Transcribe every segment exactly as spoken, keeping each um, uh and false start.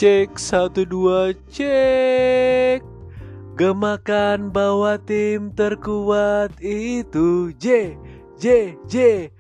Cek satu dua cek. Gemakan bawa tim terkuat itu J J J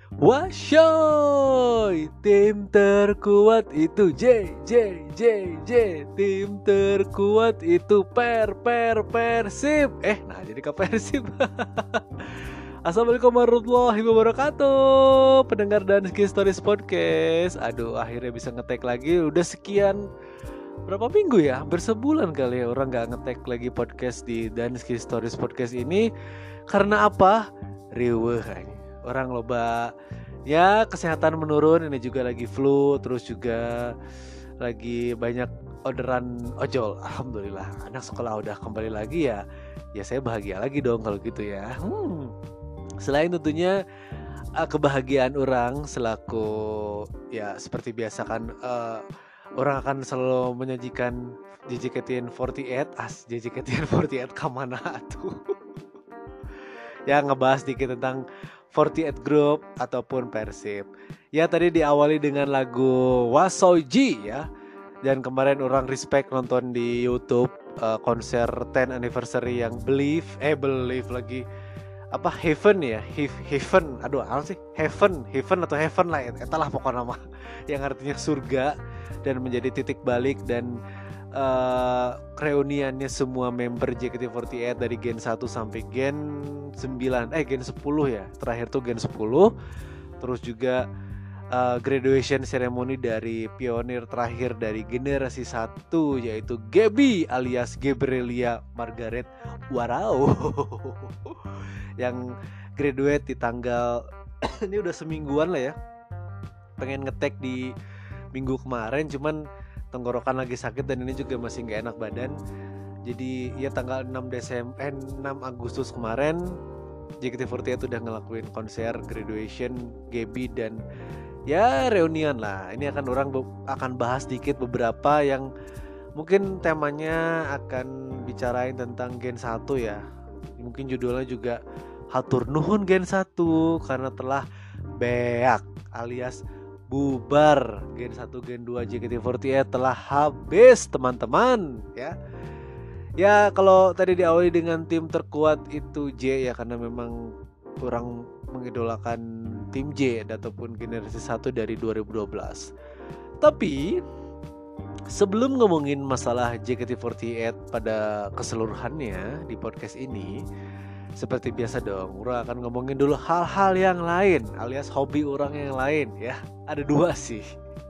Washoy. Tim terkuat itu J J J J. Tim terkuat itu Per Per Persib. Eh nah jadi ke Persib. Assalamualaikum warahmatullahi wabarakatuh, pendengar Dansky Stories Podcast. Aduh, akhirnya bisa nge-tag lagi. Udah sekian berapa minggu ya? Bersebulan kali ya orang gak nge-tag lagi podcast di Dansky Stories Podcast ini. Karena apa? Riweuh ini. Orang loba ya, kesehatan menurun. Ini juga lagi flu. Terus juga lagi banyak orderan ojol. Alhamdulillah, anak sekolah udah kembali lagi ya. Ya saya bahagia lagi dong kalau gitu ya. Hmm. Selain tentunya uh, kebahagiaan orang selaku ya seperti biasa kan, uh, orang akan selalu menyajikan J J K T N empat delapan. As J J K T N empat delapan kemana tuh? Ya ngebahas dikit tentang empat delapan Group ataupun Persib. Ya tadi diawali dengan lagu Wasoji ya. Dan kemarin orang respect nonton di YouTube uh, konser sepuluh anniversary yang Believe, eh Believe lagi apa Heaven ya, Heaven, aduh apa sih Heaven, Heaven atau Heaven lah, etalah pokoknya nama yang artinya surga dan menjadi titik balik dan uh, reuniannya semua member J K T empat delapan dari Gen satu sampai Gen sembilan, eh Gen sepuluh ya, terakhir tuh Gen sepuluh, terus juga uh, graduation ceremony dari pionir terakhir dari generasi satu yaitu Gaby alias Gabrielia Margaret Warau yang graduate di tanggal ini udah semingguan lah ya. Pengen ngetek di minggu kemarin cuman tenggorokan lagi sakit dan ini juga masih gak enak badan. Jadi ya tanggal enam Desember eh, enam Agustus kemarin J K T empat delapan udah ngelakuin konser graduation Gaby dan ya reunian lah. Ini akan orang be- akan bahas dikit beberapa yang mungkin temanya akan bicarain tentang Gen satu ya. Mungkin judulnya juga Hatur Nuhun Gen satu karena telah beak alias bubar. Gen satu Gen dua J K T empat delapan telah habis teman-teman ya. Ya kalau tadi diawali dengan tim terkuat itu J ya karena memang kurang mengidolakan tim J ataupun generasi satu dari dua ribu dua belas. Tapi sebelum ngomongin masalah J K T empat delapan pada keseluruhannya di podcast ini, seperti biasa dong, orang akan ngomongin dulu hal-hal yang lain alias hobi orang yang lain ya. Ada dua sih.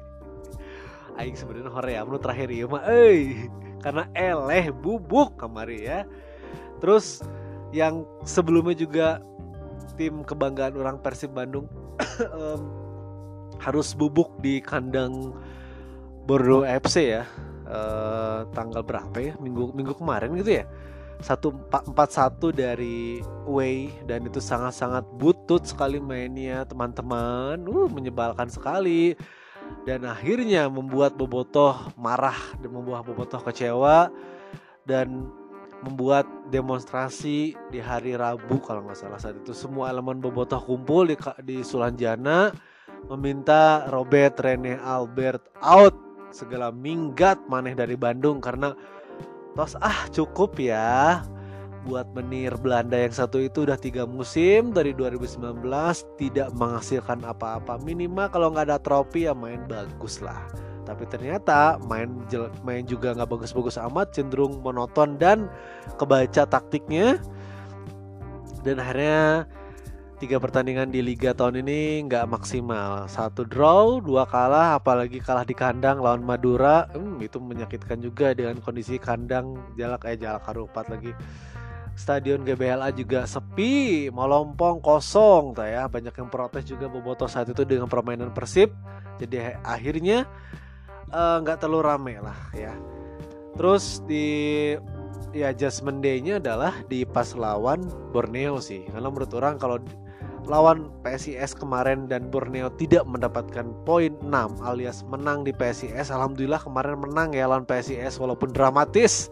Aing sebenarnya hoream nu terakhir ieu mah euy, karena eleh bubuk kemari ya. Terus yang sebelumnya juga tim kebanggaan orang Persib Bandung um, harus bubuk di kandang Bordeaux F C ya, uh, tanggal berapa ya, minggu minggu kemarin gitu ya, satu empat satu dari away dan itu sangat-sangat butut sekali mainnya teman-teman, uh, menyebalkan sekali dan akhirnya membuat bobotoh marah dan membuat bobotoh kecewa dan membuat demonstrasi di hari Rabu kalau nggak salah. Saat itu semua elemen bobotoh kumpul di, di Sulanjana meminta Robert Rene Albert out, segala minggat maneh dari Bandung karena tos ah cukup ya buat menir Belanda yang satu itu udah tiga musim dari dua ribu sembilan belas tidak menghasilkan apa-apa, minimal kalau nggak ada trofi ya main bagus lah. Tapi ternyata main main juga nggak bagus-bagus amat, cenderung monoton dan kebaca taktiknya. Dan akhirnya tiga pertandingan di Liga tahun ini nggak maksimal, satu draw, dua kalah, apalagi kalah di kandang lawan Madura. Hmm, itu menyakitkan juga dengan kondisi kandang jalak eh jalak harupat lagi. Stadion G B L A juga sepi, melompong kosong, tak ya. Banyak yang protes juga bobotoh saat itu dengan permainan Persib. Jadi akhirnya nggak uh, terlalu rame lah ya. Terus di ya Judgment Day-nya adalah di pas lawan Borneo sih. Karena menurut orang kalau lawan P S I S kemarin dan Borneo tidak mendapatkan poin enam alias menang di P S I S, alhamdulillah kemarin menang ya lawan P S I S walaupun dramatis.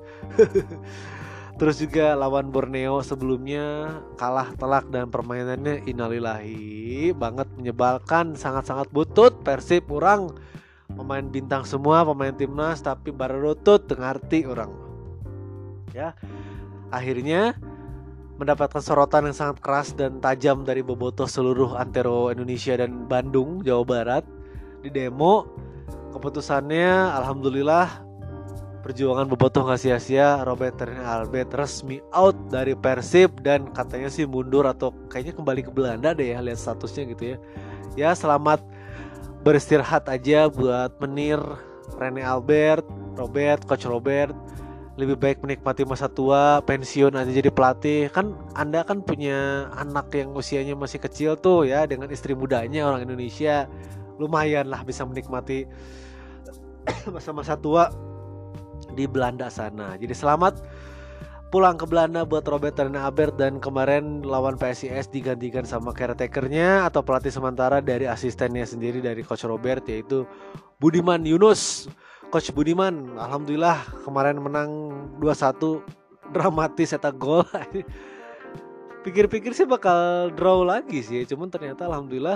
Terus juga lawan Borneo sebelumnya kalah telak dan permainannya innalillahi banget, menyebalkan, sangat-sangat butut. Persib kurang pemain bintang semua, pemain timnas, tapi barerutut ngerti orang. Ya, akhirnya mendapatkan sorotan yang sangat keras dan tajam dari bobotoh seluruh antero Indonesia dan Bandung, Jawa Barat di demo. Keputusannya alhamdulillah perjuangan bobotoh gak sia-sia. Robert Rene Albert resmi out dari Persib dan katanya sih mundur atau kayaknya kembali ke Belanda deh ya, lihat statusnya gitu ya. Ya selamat beristirahat aja buat Menir, Rene Albert, Robert, Coach Robert. Lebih baik menikmati masa tua, pensiun aja jadi pelatih. Kan Anda kan punya anak yang usianya masih kecil tuh ya, dengan istri mudanya orang Indonesia. Lumayan lah bisa menikmati masa-masa tua di Belanda sana. Jadi selamat pulang ke Belanda buat Robert Rene Albert. Dan kemarin lawan P S I S digantikan sama caretakernya atau pelatih sementara dari asistennya sendiri dari Coach Robert, yaitu Budiman Yunus. Coach Budiman alhamdulillah kemarin menang dua satu, dramatis eta gol. Pikir-pikir sih bakal draw lagi sih, cuman ternyata alhamdulillah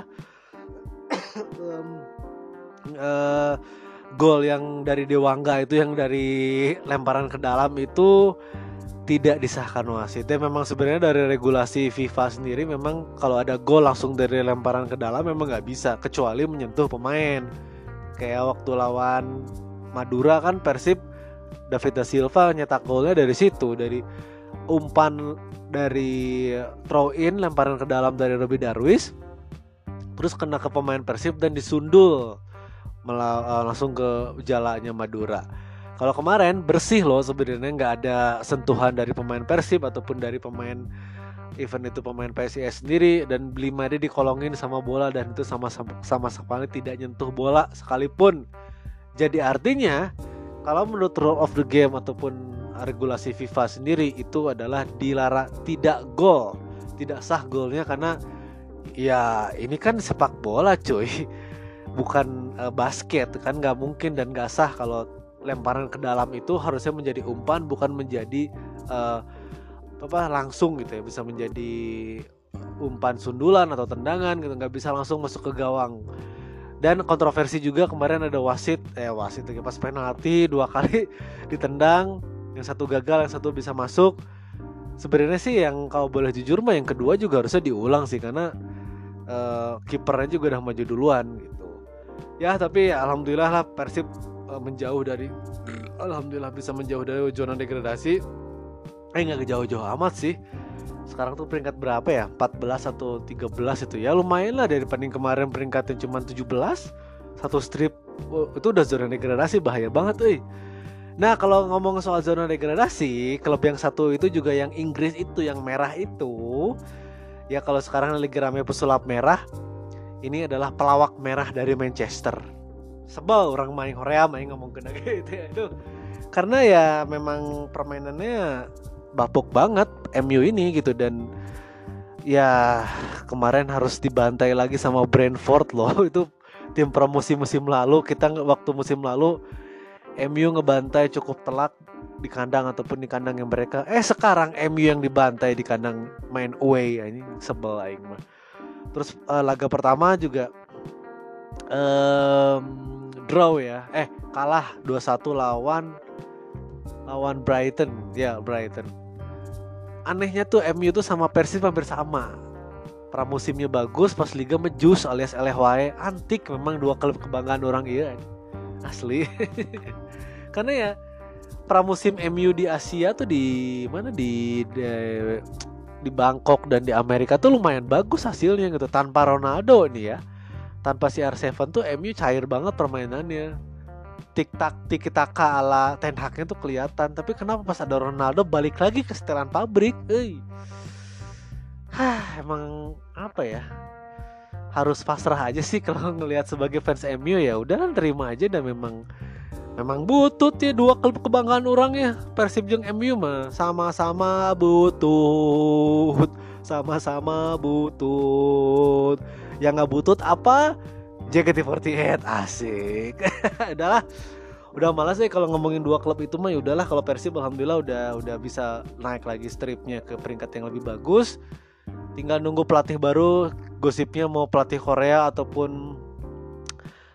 um, uh, gol yang dari Dewangga itu, yang dari lemparan ke dalam itu tidak disahkan wasit. Ya memang sebenarnya dari regulasi FIFA sendiri memang kalau ada gol langsung dari lemparan ke dalam memang nggak bisa, kecuali menyentuh pemain. Kayak waktu lawan Madura kan Persib, David da Silva nyetak golnya dari situ, dari umpan dari throw in, lemparan ke dalam dari Robi Darwis, terus kena ke pemain Persib dan disundul mela- uh, langsung ke jalanya Madura. Kalau kemarin bersih loh sebenarnya, nggak ada sentuhan dari pemain Persib ataupun dari pemain event itu pemain P S I S sendiri, dan Blima dia dikolongin sama bola dan itu sama sama, sama sekali tidak nyentuh bola sekalipun. Jadi artinya kalau menurut rule of the game ataupun regulasi FIFA sendiri itu adalah dilarang, tidak gol, tidak sah golnya, karena ya ini kan sepak bola cuy, bukan uh, basket kan, nggak mungkin dan nggak sah kalau lemparan ke dalam itu harusnya menjadi umpan, bukan menjadi uh, apa langsung gitu ya, bisa menjadi umpan sundulan atau tendangan gitu, nggak bisa langsung masuk ke gawang. Dan kontroversi juga kemarin ada wasit, eh wasit lagi pas penalti dua kali ditendang, yang satu gagal, yang satu bisa masuk. Sebenarnya sih yang kalau boleh jujur mah yang kedua juga harusnya diulang sih, karena uh, kipernya juga udah maju duluan gitu. Ya tapi ya, alhamdulillah lah Persib uh, menjauh dari, alhamdulillah bisa menjauh dari zona degradasi. Eh nggak jauh-jauh amat sih. Sekarang tuh peringkat berapa ya? empat belas atau tiga belas itu ya, lumayan lah dari banding kemarin peringkatnya cuma tujuh belas. Satu strip oh, itu udah zona degradasi, bahaya banget euy. Nah kalau ngomong soal zona degradasi, klub yang satu itu juga yang Inggris itu, yang merah itu ya, kalau sekarang lagi rame pesulap merah, ini adalah pelawak merah dari Manchester. Sebel orang main Korea main ngomong kena gitu ya. Aduh. Karena ya memang permainannya bapuk banget M U ini gitu, dan ya kemarin harus dibantai lagi sama Brentford loh. Itu tim promosi musim lalu. Kita waktu musim lalu M U ngebantai cukup telak di kandang ataupun di kandang yang mereka. Eh sekarang M U yang dibantai di kandang main away. Ini sebel aing mah. Terus uh, laga pertama juga um, draw ya. Eh kalah dua satu lawan lawan Brighton. Ya Brighton. Anehnya tuh M U tuh sama Persib hampir sama. Pramusimnya bagus, pas liga mejus alias eleh wae. Antik memang dua klub kebanggaan orang iya. Asli. Karena ya pramusim M U di Asia tuh di mana di, di di Bangkok dan di Amerika tuh lumayan bagus hasilnya gitu. Tanpa Ronaldo nih ya, tanpa si R tujuh tuh M U cair banget permainannya. Tik-tak, tiki-taka ala Ten Hag-nya tuh kelihatan. Tapi kenapa pas ada Ronaldo balik lagi ke setelan pabrik? Eh, hah, emang apa ya? Harus pasrah aja sih kalau ngelihat sebagai fans M U, ya udah terima aja. Dan memang memang butut ya dua klub kebanggaan orang ya, Persib jeung M U mah sama-sama butut, sama-sama butut. Yang nggak butut apa? J K T empat delapan, asik. Udahlah, udah malas sih kalau ngomongin dua klub itu mah. Ya udahlah, kalau Persib alhamdulillah udah udah bisa naik lagi stripnya ke peringkat yang lebih bagus. Tinggal nunggu pelatih baru. Gosipnya mau pelatih Korea ataupun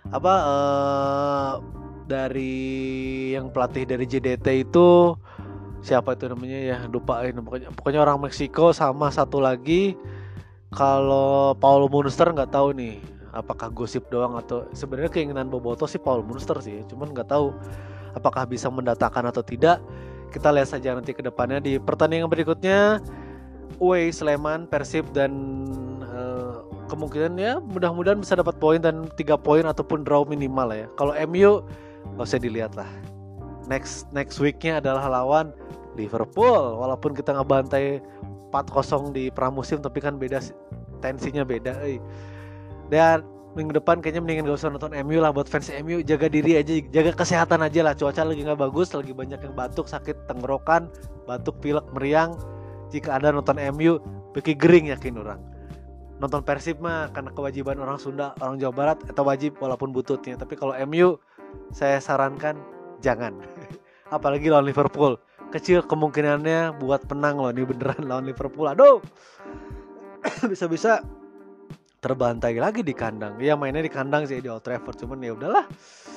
apa uh, dari yang pelatih dari J D T itu siapa itu namanya ya, lupa ini pokoknya pokoknya orang Meksiko, sama satu lagi kalau Paul Munster nggak tahu nih apakah gosip doang atau sebenarnya keinginan Boboto sih Paul Munster sih, cuman nggak tahu apakah bisa mendatangkan atau tidak. Kita lihat saja nanti ke depannya di pertandingan berikutnya. Away Sleman, Persib dan uh, kemungkinan ya mudah-mudahan bisa dapat poin dan tiga poin ataupun draw minimal ya. Kalau M U nggak usah dilihat lah. Next next weeknya adalah lawan Liverpool. Walaupun kita ngebantai empat kosong di pramusim, tapi kan beda, tensinya beda. Eh. Dan minggu depan kayaknya mendingan gak usah nonton M U lah. Buat fans M U jaga diri aja, jaga kesehatan aja lah. Cuaca lagi nggak bagus, lagi banyak yang batuk, sakit tenggorokan, batuk, pilek, meriang. Jika Anda nonton M U, beki gering yakin orang. Nonton Persib mah karena kewajiban orang Sunda, orang Jawa Barat, atau wajib walaupun bututnya. Tapi kalau M U, saya sarankan jangan. Apalagi lawan Liverpool. Kecil kemungkinannya buat menang loh, ini beneran lawan Liverpool. Aduh, bisa-bisa terbantai lagi di kandang. Ya mainnya di kandang sih di Old Trafford, cuman ya udahlah.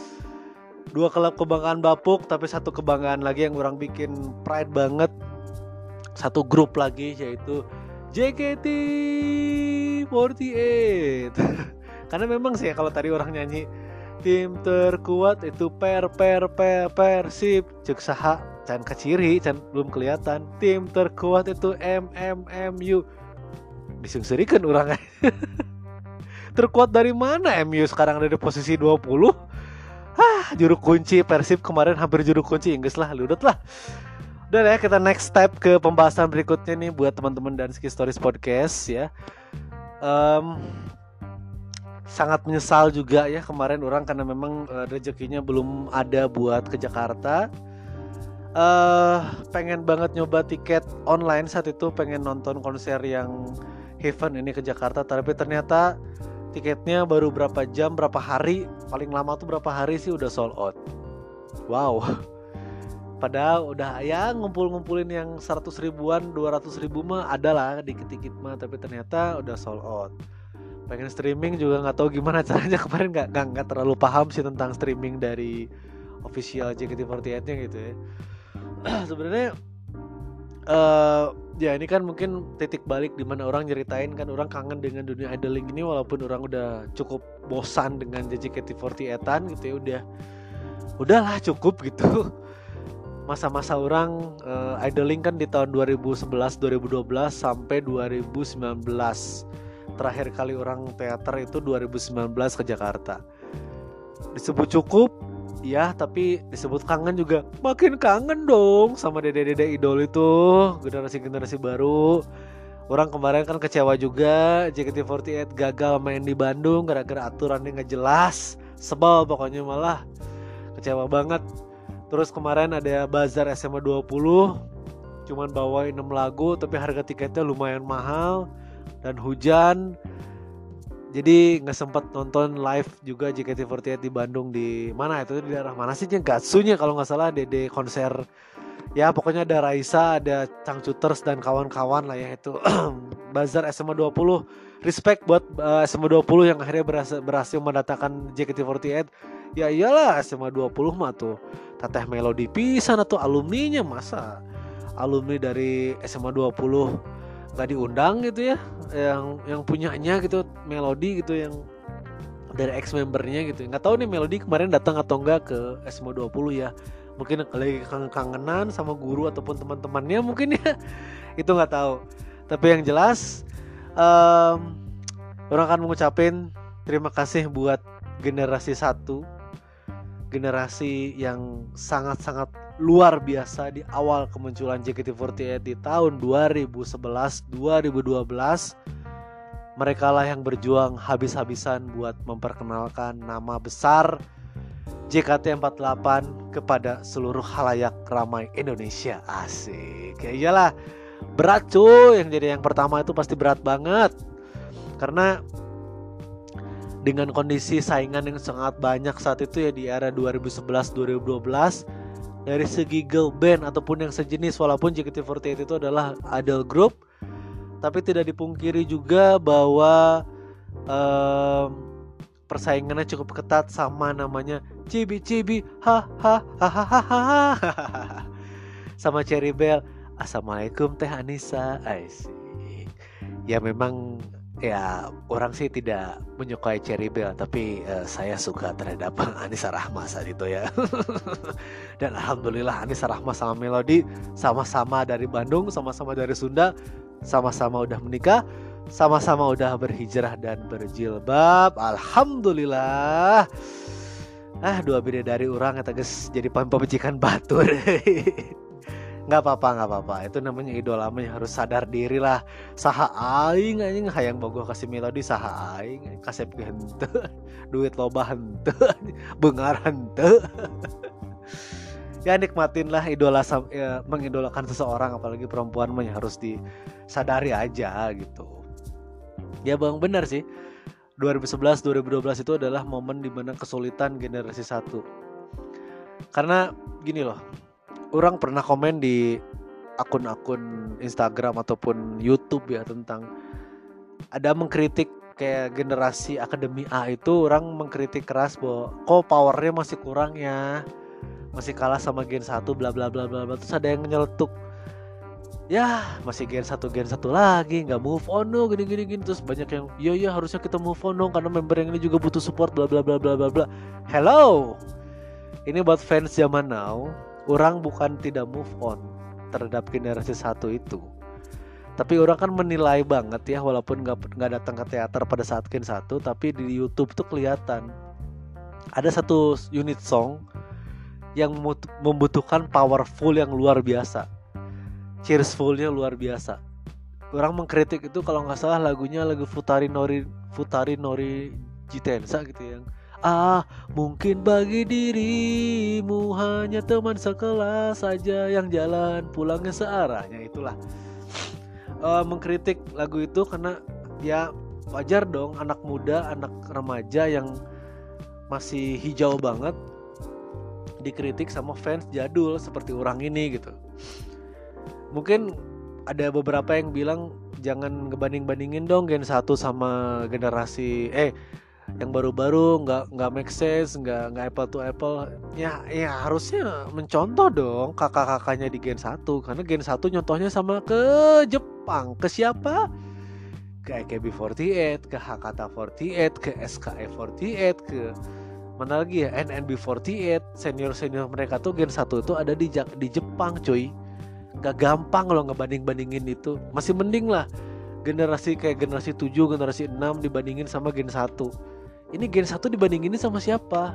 Dua klub kebanggaan bapuk, tapi satu kebanggaan lagi yang orang bikin pride banget. Satu grup lagi yaitu J K T empat delapan. Karena memang sih kalau tadi orang nyanyi tim terkuat itu per per per Persib, cek saha can kaciri can belum kelihatan. Tim terkuat itu M M M U. Disungsurikan orang. Terkuat dari mana M U sekarang ada di posisi dua puluh? Hah, juru kunci Persib kemarin hampir juru kunci Inggris lah, ludut lah. Udah ya, kita next step ke pembahasan berikutnya nih buat teman-teman Dansky Stories Podcast ya. Um, sangat menyesal juga ya kemarin orang karena memang uh, rezekinya belum ada buat ke Jakarta. Uh, pengen banget nyoba tiket online saat itu, pengen nonton konser yang Heaven ini ke Jakarta, tapi ternyata tiketnya baru berapa jam, berapa hari, paling lama tuh berapa hari sih udah sold out. Wow. Padahal udah ya ngumpul-ngumpulin yang seratus ribuan, dua ratus ribu mah ada lah dikit-dikit mah, tapi ternyata udah sold out. Pengen streaming juga nggak tahu gimana caranya, kemarin nggak nggak terlalu paham sih tentang streaming dari official J K T empat delapan-nya gitu ya. Sebenarnya uh, ya ini kan mungkin titik balik di mana orang nyeritain kan orang kangen dengan dunia idoling ini, walaupun orang udah cukup bosan dengan J K T empat delapan gitu ya, udah udahlah cukup gitu. Masa-masa orang uh, idoling kan di tahun dua ribu sebelas dua ribu dua belas sampai dua ribu sembilan belas. Terakhir kali orang teater itu dua ribu sembilan belas ke Jakarta. Disebut cukup ya, tapi disebut kangen juga. Makin kangen dong sama dede-dede idol itu, generasi-generasi baru. Orang kemarin kan kecewa juga, J K T empat delapan gagal main di Bandung gara-gara aturannya gak jelas. Sebel pokoknya, malah kecewa banget. Terus kemarin ada bazar S M A dua puluh, cuman bawain enam lagu tapi harga tiketnya lumayan mahal dan hujan. Jadi nggak sempat nonton live juga J K T empat delapan di Bandung, di mana itu, di daerah mana sih, Gatsunya kalau nggak salah, Dede konser. Ya pokoknya ada Raisa, ada Changcuters dan kawan-kawan lah ya itu. Bazar S M A dua puluh. Respect buat uh, S M A dua puluh yang akhirnya berhasil, berhasil mendatangkan J K T empat delapan. Ya iyalah S M A dua puluh mah tuh Teteh Melody pisan atau alumninya, masa alumni dari S M A dua puluh gak diundang gitu ya, yang yang punyanya gitu Melody gitu, yang dari ex membernya gitu. Nggak tahu nih Melody kemarin datang atau enggak ke S M A dua puluh ya, mungkin lagi kangen-kangenan sama guru ataupun teman-temannya mungkin ya. Itu nggak tahu, tapi yang jelas um, orang akan mengucapin terima kasih buat generasi satu, generasi yang sangat-sangat luar biasa di awal kemunculan J K T empat delapan di tahun dua ribu sebelas dua ribu dua belas. Mereka lah yang berjuang habis-habisan buat memperkenalkan nama besar J K T empat delapan kepada seluruh khalayak ramai Indonesia. Asik. Ya iyalah, berat cuy. Yang jadi yang pertama itu pasti berat banget, karena dengan kondisi saingan yang sangat banyak saat itu ya di era dua ribu sebelas dua ribu dua belas, dari segi girl band ataupun yang sejenis. Walaupun J K T empat delapan itu adalah idol group, tapi tidak dipungkiri juga bahwa um, persaingannya cukup ketat sama namanya Cibi Cibi ha ha ha ha ha ha sama Cherry Bell. Assalamualaikum Teh Anissa. Aisy. Ya memang ya orang sih tidak menyukai Cherry Bell, tapi uh, saya suka terhadap Anissa Rahma saat itu ya. Dan alhamdulillah Anissa Rahma sama Melody sama-sama dari Bandung, sama-sama dari Sunda, sama-sama udah menikah, sama-sama udah berhijrah dan berjilbab. Alhamdulillah. Ah, dua bidadari orang kata guys jadi pemajikan batur. Nggak apa-apa, nggak apa-apa. Itu namanya idola mah harus sadar diri lah. Saha aing anjing hayang bogoh kasih Melody, saha aing kasep henteu. Duit loba henteu, beungar henteu. Ya nikmatin lah idola ya, mengidolakan seseorang apalagi perempuan mah harus disadari aja gitu. Ya bang benar sih. dua ribu sebelas dua ribu dua belas itu adalah momen dimana kesulitan generasi satu. Karena gini loh. Orang pernah komen di akun-akun Instagram ataupun YouTube ya tentang ada mengkritik kayak generasi akademi A itu orang mengkritik keras bahwa kok powernya masih kurang ya, masih kalah sama gen satu bla bla bla bla bla. Terus ada yang nyeletuk, ya masih gen satu gen satu lagi nggak move on dong gini gini gini. Terus banyak yang iya iya harusnya kita move on dong karena member yang ini juga butuh support bla bla bla bla bla bla. Hello, ini buat fans zaman now. Orang bukan tidak move on terhadap generasi satu itu, tapi orang kan menilai banget ya, walaupun gak, gak datang ke teater pada saat gen satu, tapi di YouTube tuh kelihatan ada satu unit song yang membutuhkan powerful yang luar biasa, cheerfulnya luar biasa. Orang mengkritik itu kalau gak salah lagunya lagu Futari Nori Futari Nori Jitensa gitu yang ah, mungkin bagi dirimu hanya teman sekelas saja yang jalan pulangnya searahnya. Itulah uh, mengkritik lagu itu karena ya wajar dong anak muda, anak remaja yang masih hijau banget dikritik sama fans jadul seperti orang ini gitu. Mungkin ada beberapa yang bilang jangan ngebanding-bandingin dong gen satu sama generasi eh yang baru-baru, nggak nggak make sense, nggak nggak apple to apple. Ya ya harusnya mencontoh dong kakak-kakaknya di gen satu, karena gen satu nyontohnya sama ke Jepang, ke siapa? Ke A K B empat delapan, ke Hakata empat delapan, ke S K E empat delapan, ke mana lagi ya N N B empat delapan. Senior-senior mereka tuh gen satu itu ada di di Jepang cuy. Gak gampang loh ngebanding-bandingin itu. Masih mending lah generasi kayak generasi tujuh, generasi enam dibandingin sama gen satu. Ini gen satu dibandingin sama siapa?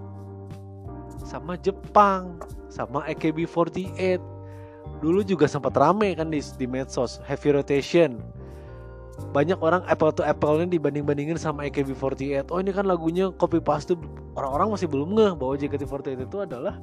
Sama Jepang, sama A K B empat delapan. Dulu juga sempat rame kan di, di medsos, heavy rotation. Banyak orang apple to apple-nya dibanding-bandingin sama A K B empat delapan. Oh ini kan lagunya copy paste. Orang-orang masih belum ngeh bahwa J K T empat delapan itu adalah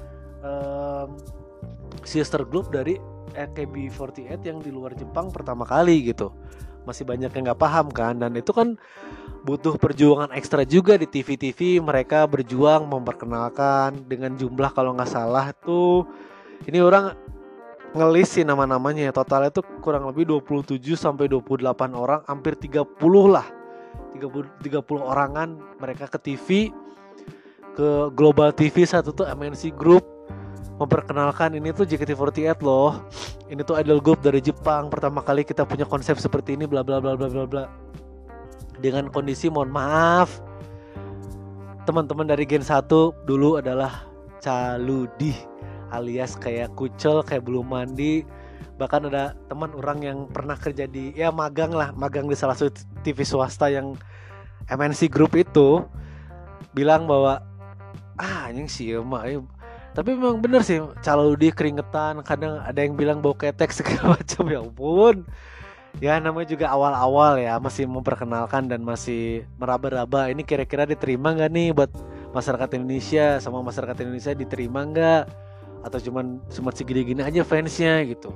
um, sister group dari A K B empat delapan yang di luar Jepang pertama kali gitu. Masih banyak yang gak paham kan. Dan itu kan butuh perjuangan ekstra juga di T V-T V. Mereka berjuang memperkenalkan dengan jumlah kalau gak salah tuh, ini orang ngelis sih nama-namanya ya, totalnya tuh kurang lebih dua puluh tujuh sampai dua puluh delapan orang, hampir tiga puluh lah, tiga puluh orangan mereka ke T V, ke Global T V satu tuh M N C Group, memperkenalkan ini tuh J K T empat delapan loh, ini tuh idol group dari Jepang, pertama kali kita punya konsep seperti ini bla bla bla bla bla bla. Dengan kondisi mohon maaf, teman-teman dari gen satu dulu adalah caludi alias kayak kucel, kayak belum mandi. Bahkan ada teman orang yang pernah kerja di ya magang lah, magang di salah satu T V swasta yang M N C Group itu, bilang bahwa ah anjing sih mah. Tapi memang bener sih, caludi keringetan, kadang ada yang bilang bau ketek segala macam, ya ampun. Ya namanya juga awal-awal ya, masih memperkenalkan dan masih meraba-raba ini kira-kira diterima gak nih buat masyarakat Indonesia, sama masyarakat Indonesia diterima gak, atau cuman cuma segini-gini aja fansnya gitu.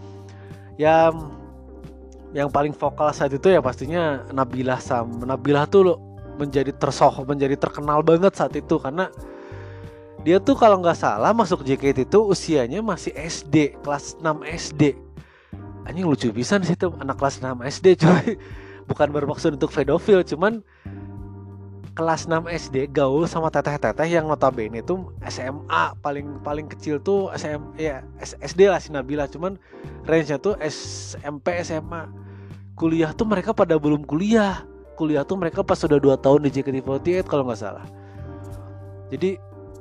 Ya yang paling vokal saat itu ya pastinya Nabila Sam. Nabila tuh menjadi tersoh, menjadi terkenal banget saat itu karena dia tuh kalau nggak salah masuk J K T itu usianya masih S D, kelas enam S D. Anjing lucu pisan sih tuh anak kelas enam S D coy. Bukan bermaksud untuk pedofil, cuman kelas enam S D gaul sama teteh-teteh yang notabene itu S M A, paling paling kecil tuh S M ya S D lah si Nabila, cuman range-nya tuh S M P S M A. Kuliah tuh mereka pada belum kuliah. Kuliah tuh mereka pas sudah dua tahun di J K T empat delapan kalau nggak salah. Jadi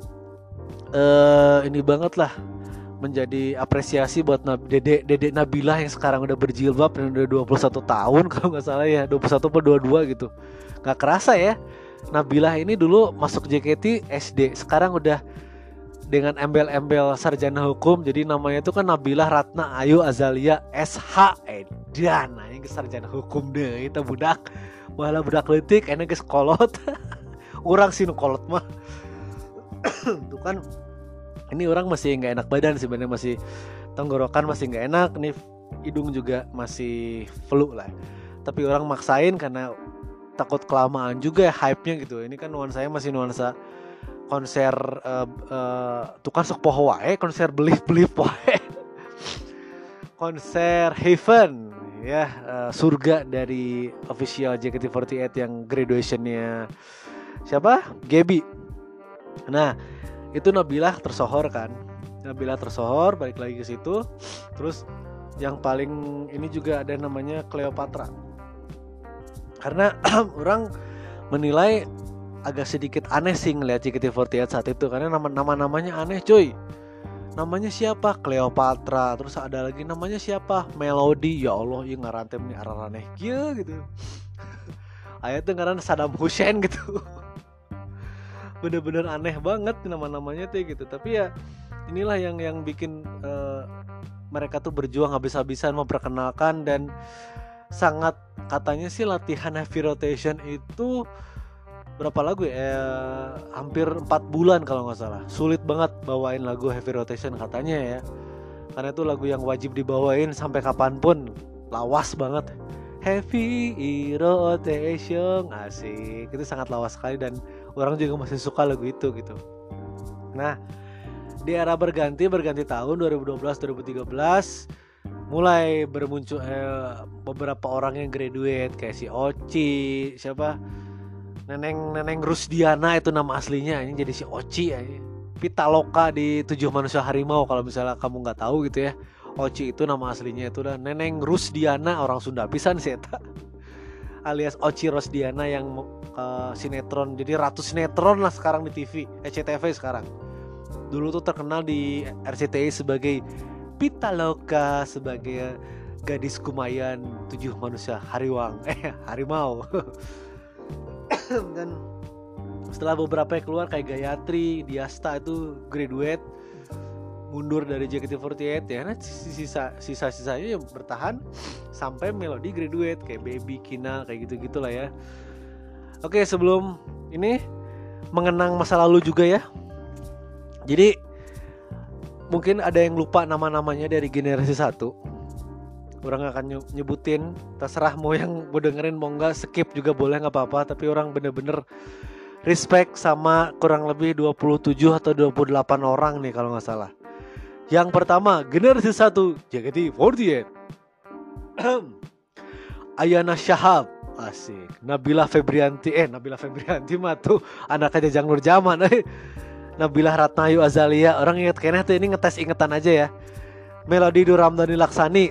eh ini banget lah, menjadi apresiasi buat Nab- Dedek Dedek Nabila yang sekarang udah berjilbab dan udah dua puluh satu tahun kalau nggak salah ya, dua puluh satu atau dua puluh dua gitu. Nggak kerasa ya, Nabila ini dulu masuk J K T S D, sekarang udah dengan embel-embel sarjana hukum, jadi namanya itu kan Nabila Ratna Ayu Azalia S H Edan. Nah, ini sarjana hukum deh, itu budak malah budak leutik, enak geus kolot. Urang sih nu kolot mah. Tuh kan, ini orang masih nggak enak badan sebenarnya, masih tenggorokan masih nggak enak, nih hidung juga masih flu lah. Tapi orang maksain karena takut kelamaan juga ya hype-nya gitu. Ini kan nuansa saya masih nuansa konser uh, uh, tuh kan sok poho wae, konser belief-belief wae. Konser Heaven ya, uh, surga dari official J K T empat delapan yang graduation-nya siapa? Gaby. Nah, itu Nabila tersohor kan. Nabila tersohor, balik lagi ke situ. Terus yang paling ini juga ada namanya Cleopatra. Karena orang menilai agak sedikit aneh sih ngeliat J K T empat delapan saat itu, karena nama-namanya aneh cuy. Namanya siapa? Cleopatra. Terus ada lagi namanya siapa? Melody. Ya Allah, ieu ngarantem nih arah aneh kieu gitu. Aya teh ngaran Saddam Hussein gitu. Bener-bener aneh banget nama-namanya tuh gitu. Tapi ya inilah yang yang bikin uh, mereka tuh berjuang habis-habisan memperkenalkan, dan sangat katanya sih latihan heavy rotation itu berapa lagu ya? Eh, hampir empat bulan kalau nggak salah. Sulit banget bawain lagu heavy rotation katanya ya. Karena itu lagu yang wajib dibawain sampai kapanpun. Lawas banget. Heavy rotation, asik. Itu sangat lawas sekali dan orang juga masih suka lagu itu gitu. Nah, di era berganti berganti tahun dua ribu dua belas dua ribu tiga belas mulai bermuncul eh, beberapa orang yang graduate kayak si Oci, siapa? Neneng Neneng Rusdiana itu nama aslinya, ini jadi si Oci ya. Pitaloka di Tujuh Manusia Harimau kalau misalnya kamu nggak tahu gitu ya. Oci itu nama aslinya itu udah Neneng Rusdiana, orang Sunda pisan sih eta. Alias Oci Rosdiana yang uh, sinetron, jadi ratu sinetron lah sekarang di T V, S C T V sekarang. Dulu tuh terkenal di R C T I sebagai Pitaloka, sebagai gadis kumayan Tujuh Manusia Hariwang, eh Harimau. Dan setelah beberapa yang keluar kayak Gayatri, Diasta itu graduate, mundur dari J K T empat delapan ya. Nah, sisa sisa sisanya yang bertahan sampai Melody graduate kayak Baby, Kina, kayak gitu gitulah ya. Oke, sebelum ini mengenang masa lalu juga ya. Jadi mungkin ada yang lupa nama-namanya dari generasi satu. Orang akan nyebutin, terserah mau yang mau dengerin mau enggak, skip juga boleh, enggak apa-apa. Tapi orang bener-bener respect sama kurang lebih dua puluh tujuh atau dua puluh delapan orang nih kalau enggak salah. Yang pertama, generasi satu J K T empat delapan. Ayana Shahab, asik. Nabila Febrianti, eh Nabila Febrianti mah tuh anaknya Jajang Nurjaman. Eh. Nabila Ratna Ayu Azalia, orang inget kayaknya tuh ini ngetes ingetan aja ya. Melody Duramdani Laksani,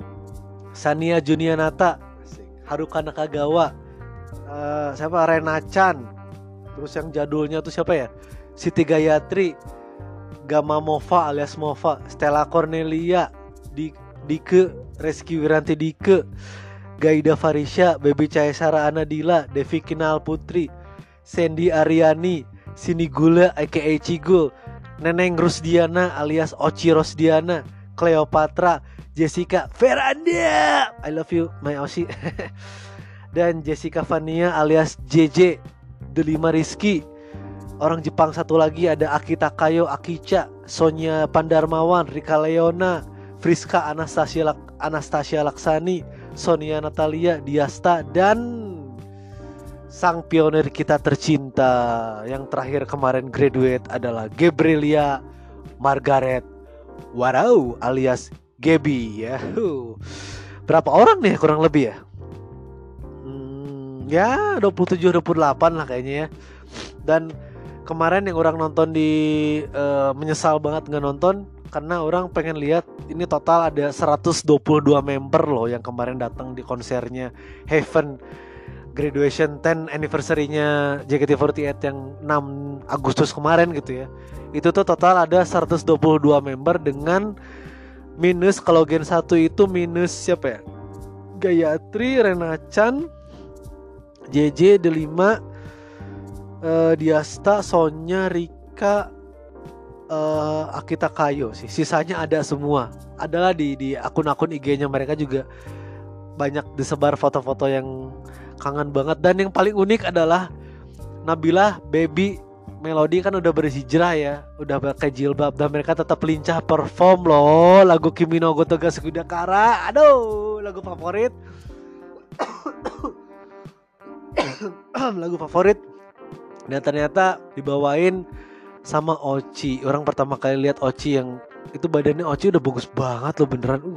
Sania Junianata, Haruka Nakagawa, uh, siapa Rena Chan, terus yang jadulnya tuh siapa ya? Siti Gayatri, Gama Mova alias Mova, Stella Cornelia, Di, Dike, Reski Wiranti Dike, Gaida Farisha, Baby Caesara Anadila, Devi Kinal Putri, Sandy Ariani, Sini Gula aka Cigul, Neneng Rusdiana alias Oci Rosdiana, Cleopatra, Jessica Veranda, I love you my Oci. Dan Jessica Vania alias J J, Delima Rizky. Orang Jepang satu lagi ada Akita Kayo Akicha, Sonia Pandarmawan, Rika Leona, Friska Anastasia Lak- Anastasia Laksani, Sonia Natalia Diasta, dan sang pionir kita tercinta yang terakhir kemarin graduate adalah Gabrielia Margaret Warau alias Gaby ya. Berapa orang nih kurang lebih ya? Hmm, ya dua puluh tujuh dua puluh delapan lah kayaknya ya. Dan kemarin yang orang nonton di uh, menyesal banget nggak nonton karena orang pengen lihat ini total ada seratus dua puluh dua member loh yang kemarin datang di konsernya Heaven Graduation sepuluh anniversary-nya J K T empat delapan yang enam Agustus kemarin gitu ya. Itu tuh total ada seratus dua puluh dua member dengan minus kalau Gen satu itu minus siapa ya? Gayatri, Rena-chan, J J, Delima, uh, Diasta, Sonya, Rika, uh, Akita Kayo sih. Sisanya ada semua. Adalah di di akun-akun I G-nya mereka juga banyak disebar foto-foto yang kangen banget. Dan yang paling unik adalah Nabila, Baby, Melody kan udah berhijrah ya, udah pakai jilbab dan mereka tetap lincah perform loh lagu Kimi no Go Toga Sugudakara. Aduh, lagu favorit. Lagu favorit. Dan ternyata dibawain sama Ochi. Orang pertama kali lihat Ochi yang itu badannya Ochi udah bagus banget loh beneran. Uh.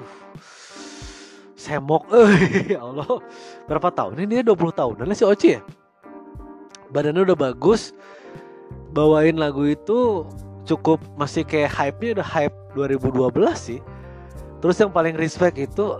Semok. Eh, ya Allah. Berapa tahun ini dia dua puluh tahunan lah si Ochi ya. Badannya udah bagus. Bawain lagu itu cukup masih kayak hype-nya udah hype dua ribu dua belas sih. Terus yang paling respect itu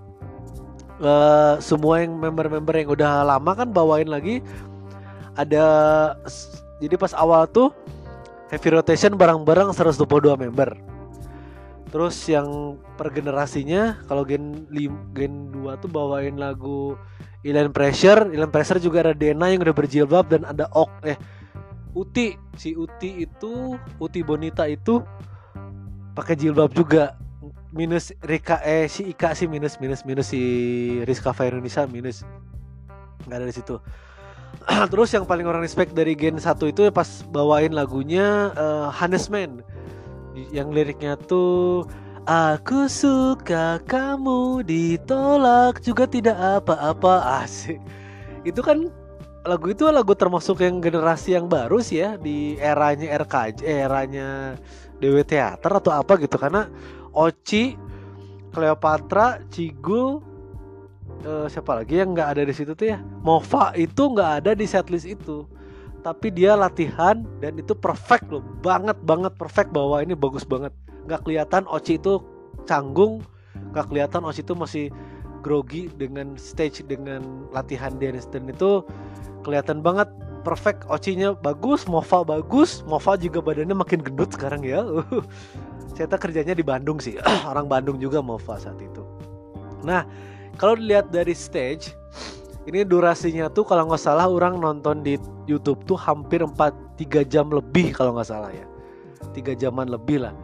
uh, semua yang member-member yang udah lama kan bawain lagi. Ada jadi pas awal tuh heavy rotation bareng-bareng seratus dua puluh dua member. Terus yang per generasinya kalau gen gen dua tuh bawain lagu Island Pressure. Island Pressure juga ada Dena yang udah berjilbab dan ada Ok eh Uti, si Uti itu, Uti Bonita itu pakai jilbab juga. Minus Rika eh si Ika sih minus minus minus si Rizka Fairunisa minus. Enggak ada di situ. Terus yang paling orang respect dari Gen satu itu pas bawain lagunya uh, Hannesman. Yang liriknya tuh aku suka kamu ditolak juga tidak apa-apa. Asik. Itu kan lagu itu lagu termasuk yang generasi yang baru sih ya di eranya R K J, eh, eranya Dewi Theater atau apa gitu karena Ochi, Cleopatra, Cigul, uh, siapa lagi yang nggak ada di situ tuh ya? Mova itu nggak ada di setlist itu, tapi dia latihan dan itu perfect loh, banget banget perfect bahwa ini bagus banget. Nggak kelihatan Ochi itu canggung, nggak kelihatan Ochi itu masih grogi dengan stage dengan latihan dance dan itu kelihatan banget perfect. Ochinya bagus, Mova bagus, Mova juga badannya makin gendut sekarang ya. Saya kerjanya di Bandung sih, orang Bandung juga Mova saat itu. Nah kalau dilihat dari stage ini durasinya tuh kalau nggak salah orang nonton di YouTube tuh hampir empat tiga jam lebih kalau nggak salah ya, tiga jaman lebih lah.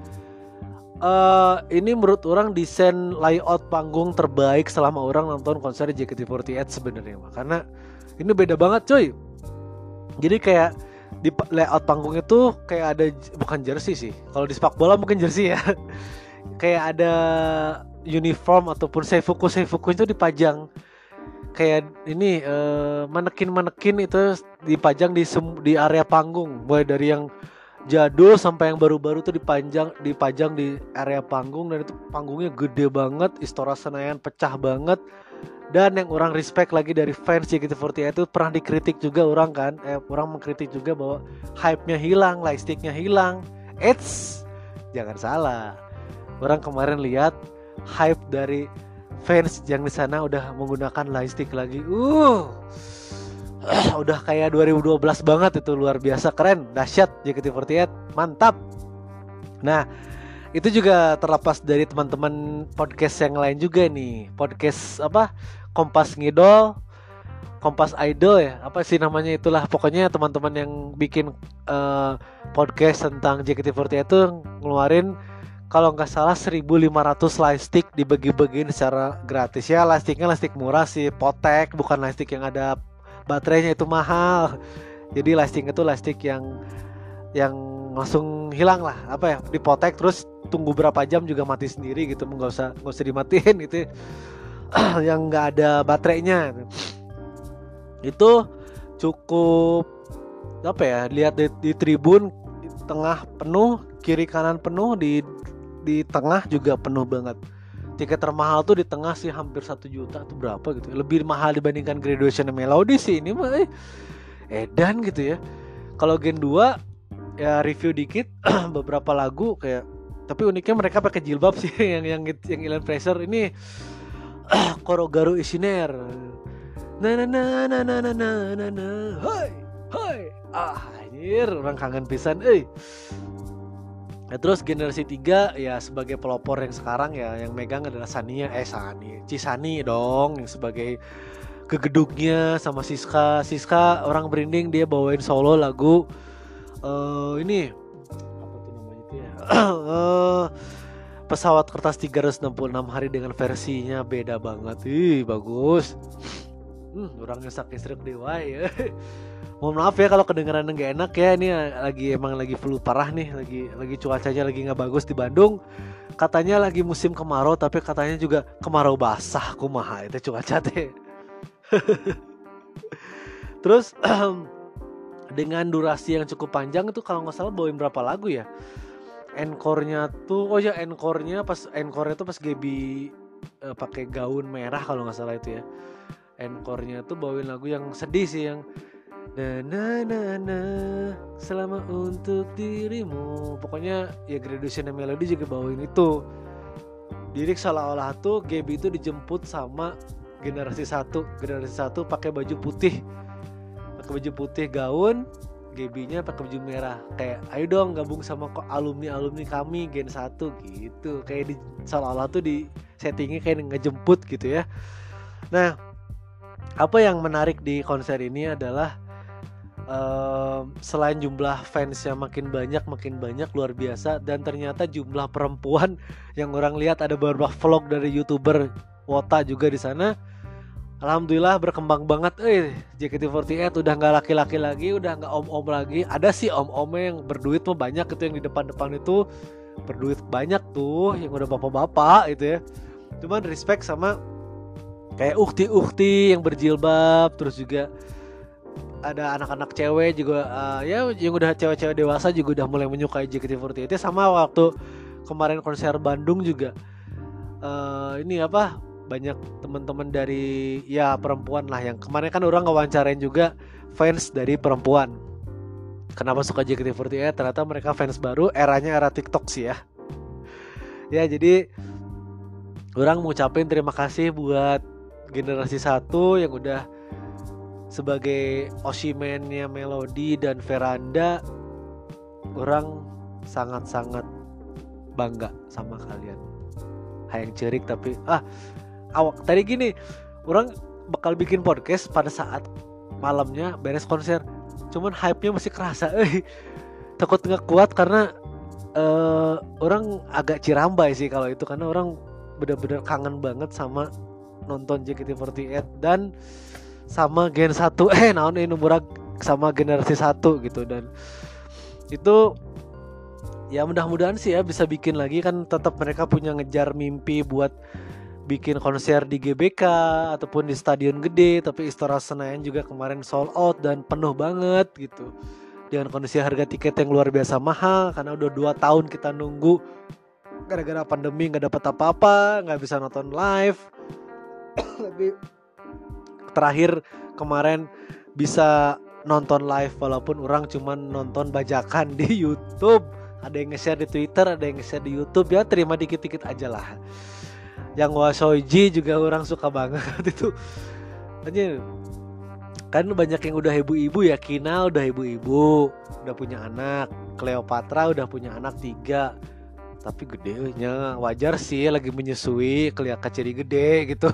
Uh, ini menurut orang desain layout panggung terbaik selama orang nonton konser J K T empat delapan sebenarnya, karena ini beda banget coy. Jadi kayak di layout panggungnya tuh kayak ada bukan jersey sih, kalau di sepak bola mungkin jersey ya. Kayak ada uniform ataupun seifuku seifuku itu dipajang kayak ini uh, manekin-manekin itu dipajang di sem- di area panggung, mulai dari yang jadul sampai yang baru-baru tuh dipajang dipajang di area panggung dan itu panggungnya gede banget, Istora Senayan pecah banget. Dan yang orang respect lagi dari fans J K T empat delapan itu pernah dikritik juga orang kan, eh orang mengkritik juga bahwa hype-nya hilang, lightstick-nya hilang. Eits, jangan salah. Orang kemarin lihat hype dari fans yang di sana udah menggunakan lightstick lagi. Uh. Uh, udah kayak dua ribu dua belas banget itu, luar biasa keren, dahsyat J K T empat delapan, mantap. Nah, itu juga terlepas dari teman-teman podcast yang lain juga nih. Podcast apa? Kompas Ngidol, Kompas Idol ya, apa sih namanya itulah. Pokoknya teman-teman yang bikin uh, podcast tentang J K T empat delapan itu ngeluarin kalau nggak salah seribu lima ratus lightstick dibagi-bagiin secara gratis ya. Lightsticknya lightstick murah sih, Potek, bukan lightstick yang ada baterainya itu mahal. Jadi lightstick itu lightstick yang yang langsung hilang lah, apa ya, dipotek terus tunggu berapa jam juga mati sendiri gitu, nggak usah nggak usah dimatiin gitu. Yang nggak ada baterainya itu cukup apa ya, lihat di, di tribun tengah penuh, kiri kanan penuh, di di tengah juga penuh banget. tiket termahal tuh di tengah sih, hampir satu juta tuh berapa gitu, lebih mahal dibandingkan Graduation Melody sih ini mah eh, edan gitu ya. Kalau Gen dua ya review dikit beberapa lagu kayak, tapi uniknya mereka pakai jilbab sih yang yang yang Ilan Fraser ini Korogaru Ishiner na na na na na na na na na hai hai ah anjir orang kangen pisan euy. Nah, terus generasi tiga ya sebagai pelopor yang sekarang ya yang megang adalah Sania eh Sani Cisani dong yang sebagai kegeduknya sama Siska. Siska orang berinding dia bawain solo lagu uh, ini apa tuh namanya itu ya uh, Pesawat Kertas tiga ratus enam puluh enam Hari dengan versinya beda banget. Ih bagus. Hmm, orangnya sakit serak dewa ya. Mohon maaf ya kalau kedengaran nggak enak ya, ini lagi emang lagi flu parah nih, lagi lagi cuacanya lagi nggak bagus di Bandung. Katanya lagi musim kemarau tapi katanya juga kemarau basah, kumaha itu cuaca teh. Terus dengan durasi yang cukup panjang itu kalau nggak salah bawain berapa lagu ya? Encore-nya tuh, oh ya encore-nya pas encore-nya tuh pas Gaby uh, pakai gaun merah kalau nggak salah itu ya. Encore-nya tuh bawain lagu yang sedih sih, yang na na na na selama untuk dirimu. Pokoknya ya Graduation Melody juga bawain itu. Lirik seolah-olah tuh Gaby itu dijemput sama generasi satu, generasi satu pakai baju putih, pakai baju putih gaun, Gaby-nya pakai baju merah. Kayak ayo dong gabung sama kok alumni-alumni kami Gen satu gitu. Kayak di seolah-olah tuh di settingnya kayak ngejemput gitu ya. Nah, apa yang menarik di konser ini adalah Uh, selain jumlah fans yang makin banyak makin banyak luar biasa, dan ternyata jumlah perempuan yang orang lihat ada beberapa vlog dari YouTuber Wota juga di sana. Alhamdulillah berkembang banget. Eh J K T empat delapan udah nggak laki-laki lagi, udah nggak om-om lagi. Ada sih om-omnya yang berduit tuh banyak, itu yang di depan-depan itu berduit banyak tuh, yang udah bapak-bapak itu ya. Cuman respect sama kayak ukti-ukti yang berjilbab, terus juga ada anak-anak cewek juga uh, ya yang udah cewek-cewek dewasa juga udah mulai menyukai J K T empat delapan. Sama waktu kemarin konser Bandung juga uh, ini apa banyak teman-teman dari ya perempuan lah, yang kemarin kan orang ngewawancarain juga fans dari perempuan. Kenapa suka J K T empat delapan? Ternyata mereka fans baru, eranya era TikTok sih ya. Ya jadi orang mengucapin terima kasih buat generasi satu yang udah sebagai Oshimen-nya Melody dan Veranda. Orang sangat-sangat bangga sama kalian. Hayang cerik tapi ah awak tadi gini, orang bakal bikin podcast pada saat malamnya beres konser. Cuman hype-nya masih kerasa. Eh takut nggak kuat karena uh, orang agak cirambai sih kalau itu, karena orang benar-benar kangen banget sama nonton J K T empat delapan dan sama Gen satu eh naon ini murah sama generasi satu gitu. Dan itu ya mudah-mudahan sih ya bisa bikin lagi, kan tetap mereka punya ngejar mimpi buat bikin konser di G B K ataupun di stadion gede, tapi Istora Senayan juga kemarin sold out dan penuh banget gitu, dengan kondisi harga tiket yang luar biasa mahal karena udah dua tahun kita nunggu gara-gara pandemi nggak dapat apa-apa, nggak bisa nonton live. Tapi terakhir kemarin bisa nonton live walaupun orang cuman nonton bajakan di YouTube. Ada yang nge-share di Twitter, ada yang nge-share di YouTube, ya terima dikit-dikit aja lah. Yang Wasoji juga orang suka banget itu. Aja kan banyak yang udah ibu-ibu ya, Kina udah ibu-ibu, udah punya anak, Cleopatra udah punya anak tiga. Tapi gedenya wajar sih lagi menyusui, kelihatan jadi gede gitu.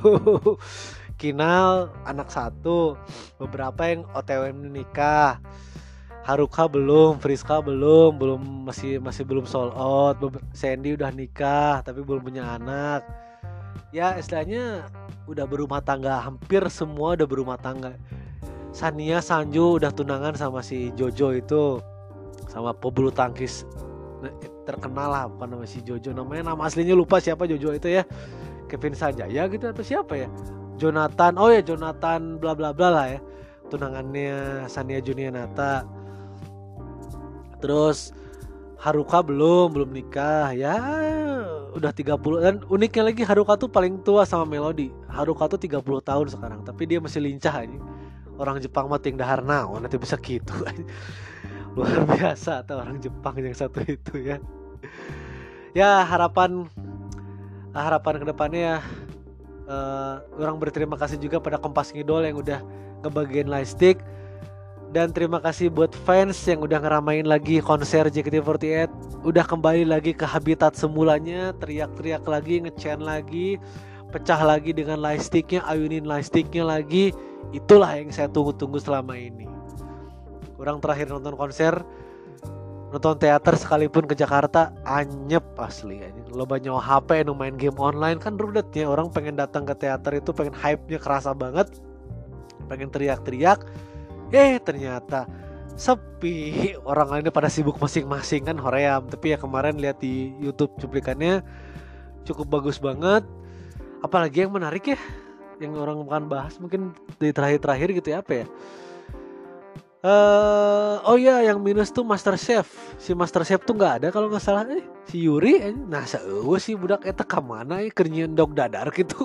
Kinal anak satu, beberapa yang O T W menikah, Haruka belum, Friska belum, belum masih masih belum sold out. Sandy udah nikah tapi belum punya anak. Ya istilahnya udah berumah tangga, hampir semua udah berumah tangga. Sania Sanju udah tunangan sama si Jojo itu, sama pebulu tangkis terkenal lah, bukan nama si Jojo, namanya nama aslinya lupa siapa Jojo itu ya, Kevin Sanjaya gitu atau siapa ya, Jonathan, oh ya Jonathan bla bla bla lah ya, tunangannya Sania Junianata. Terus Haruka belum belum nikah ya, udah tiga puluh. Dan uniknya lagi Haruka tuh paling tua sama Melody. Haruka tuh tiga puluh tahun sekarang, tapi dia masih lincah aja. Orang Jepang mah ting dahar naon nanti bisa gitu. Luar biasa atau orang Jepang yang satu itu ya. Ya harapan harapan kedepannya ya, uh, orang berterima kasih juga pada Kompas Ngidol yang udah ngebagiin lightstick. Dan terima kasih buat fans yang udah ngeramain lagi konser J K T empat delapan. Udah kembali lagi ke habitat semulanya, teriak-teriak lagi, nge-chant lagi, pecah lagi dengan lightsticknya, ayunin lightsticknya lagi. Itulah yang saya tunggu-tunggu selama ini. Orang terakhir nonton konser, nonton teater sekalipun ke Jakarta, anyep asli. Lo banyak H P nu main game online kan rudetnya. Orang pengen datang ke teater itu pengen hype-nya kerasa banget, pengen teriak-teriak. Eh ternyata sepi, orang lainnya pada sibuk masing-masing kan hoream. Tapi ya kemarin lihat di YouTube cuplikannya cukup bagus banget. Apalagi yang menarik ya, yang orang bukan bahas mungkin di terakhir-terakhir gitu ya apa ya. Uh, oh ya yang minus tuh Master Chef. Si Master Chef tuh nggak ada kalau nggak salah. Eh, si Yuri, eh, nah seueuh si budak eta kemana ya kerjaan dog dadar gitu.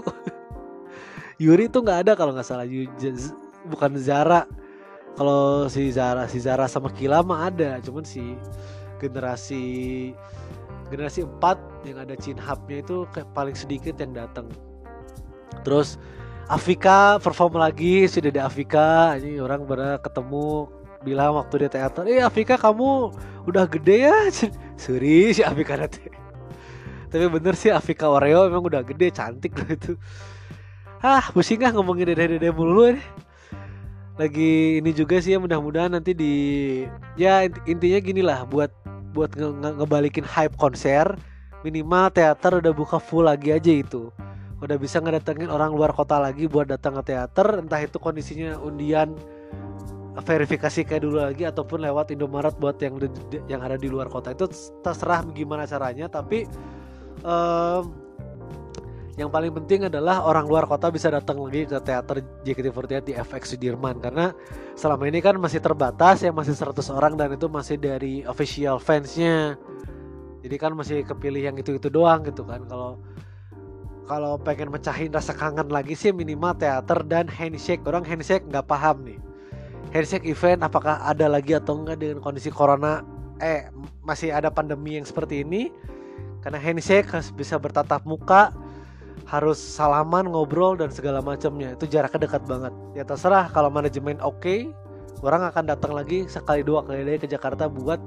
Yuri tuh nggak ada kalau nggak salah. Bukan Zara. Kalau si Zara, si Zara sama Kila mah ada, cuman si generasi generasi empat yang ada Chin Hub-nya itu kayak paling sedikit yang datang. Terus Afika perform lagi, sudah ada Afika, ini orang pernah ketemu bilang waktu di teater, "Eh Afika kamu udah gede ya?" Suri si Afika nanti. Tapi bener sih Afika Oreo memang udah gede, cantik loh itu. Ah, pusing ah ngomongin dede-dede mulu nih. Lagi ini juga sih ya, mudah-mudahan nanti di ya intinya gini lah, buat buat nge- nge- ngebalikin hype konser, minimal teater udah buka full lagi aja itu, udah bisa ngedatengin orang luar kota lagi buat datang ke teater, entah itu kondisinya undian verifikasi kayak dulu lagi ataupun lewat Indomaret buat yang yang ada di luar kota, itu terserah gimana caranya. Tapi um, yang paling penting adalah orang luar kota bisa datang lagi ke teater J K T empat delapan di F X Sudirman, karena selama ini kan masih terbatas ya, masih seratus orang dan itu masih dari official fansnya. Jadi kan masih kepilih yang itu-itu doang gitu kan. Kalau kalau pengen mecahin rasa kangen lagi sih minimal teater dan handshake. Orang handshake nggak paham nih. Handshake event apakah ada lagi atau enggak dengan kondisi corona eh masih ada pandemi yang seperti ini. Karena handshake harus bisa bertatap muka, harus salaman, ngobrol dan segala macamnya. Itu jaraknya dekat banget. Ya terserah kalau manajemen oke, okay, orang akan datang lagi sekali dua kali lagi ke Jakarta buat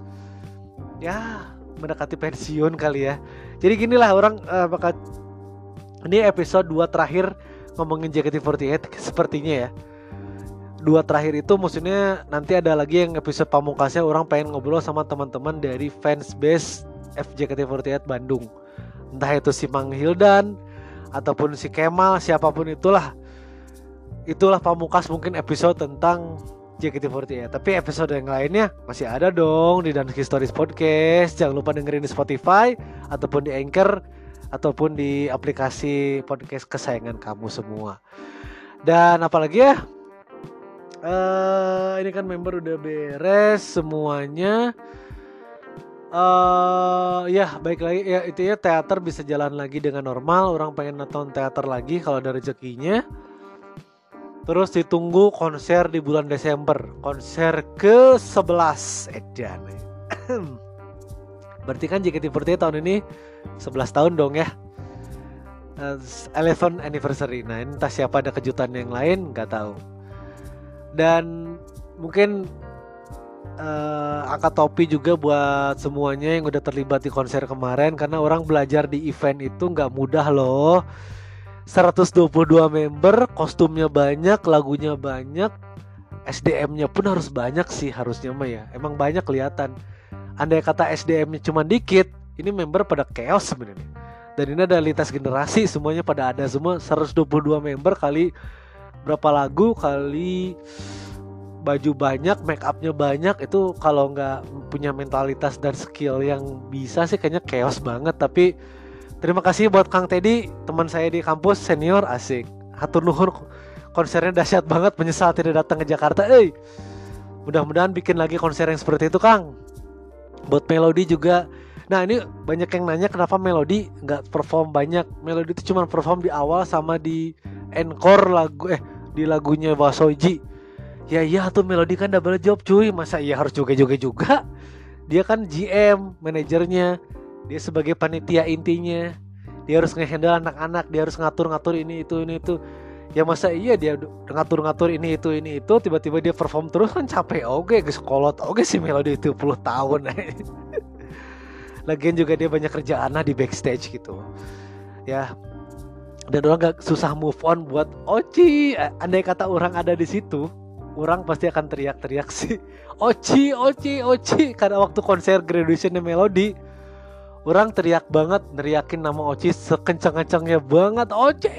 ya mendekati pensiun kali ya. Jadi ginilah orang uh, bakal ini episode dua terakhir ngomongin J K T empat delapan sepertinya ya. Dua terakhir itu maksudnya nanti ada lagi yang episode pamungkasnya orang pengen ngobrol sama teman-teman dari fans base F J K T empat delapan Bandung. Entah itu si Mang Hildan ataupun si Kemal, siapapun itulah. Itulah pamungkas mungkin episode tentang J K T empat delapan. Tapi episode yang lainnya masih ada dong di Dansky Stories Podcast. Jangan lupa dengerin di Spotify ataupun di Anchor ataupun di aplikasi podcast kesayangan kamu semua. Dan apalagi ya, uh, ini kan member udah beres semuanya. Uh, ya baik lagi ya, itu ya teater bisa jalan lagi dengan normal. Orang pengen nonton teater lagi kalau ada rezekinya. Terus ditunggu konser di bulan Desember, konser ke sebelas edan. Berarti kan J K T empat delapan tahun ini sebelas tahun dong ya. uh, eleven anniversary. Nah entah siapa ada kejutan yang lain gak tahu. Dan mungkin Uh, angkat topi juga buat semuanya yang udah terlibat di konser kemarin, karena orang belajar di event itu gak mudah loh. Seratus dua puluh dua member, kostumnya banyak, lagunya banyak, S D M-nya pun harus banyak sih harusnya mah ya. Emang banyak kelihatan. Andai kata S D M-nya cuma dikit, ini member pada chaos sebenarnya. Dan ini ada lintas generasi, semuanya pada ada semua. Seratus dua puluh dua member kali berapa lagu kali baju banyak, make upnya banyak, itu kalau nggak punya mentalitas dan skill yang bisa sih kayaknya chaos banget. Tapi terima kasih buat Kang Teddy, teman saya di kampus senior, asik. Hatur nuhun, konsernya dahsyat banget, menyesal tidak datang ke Jakarta. Eh, mudah-mudahan bikin lagi konser yang seperti itu Kang. Buat Melody juga Nah ini banyak yang nanya kenapa Melody nggak perform banyak. Melody itu cuma perform di awal sama di encore lagu eh di lagunya Wasoji. Ya iya tuh Melody kan double job cuy. Masa iya harus joget-joget juga? Dia kan G M, manajernya. Dia sebagai panitia intinya. Dia harus ngehandle anak-anak, dia harus ngatur-ngatur ini itu ini itu. Ya masa iya dia ngatur-ngatur ini itu ini itu tiba-tiba dia perform terus kan capek oge, geus kolot oge si Melody itu puluh tahun. Lagian juga dia banyak kerjaan lah di backstage gitu. Ya. Dan orang gak susah move on buat Oci. Andai kata orang ada di situ, orang pasti akan teriak-teriak sih. Oci, Oci, Oci. Karena waktu konser graduationnya Melody, orang teriak banget, neriakin nama Oci sekencang-kencangnya banget, Oci.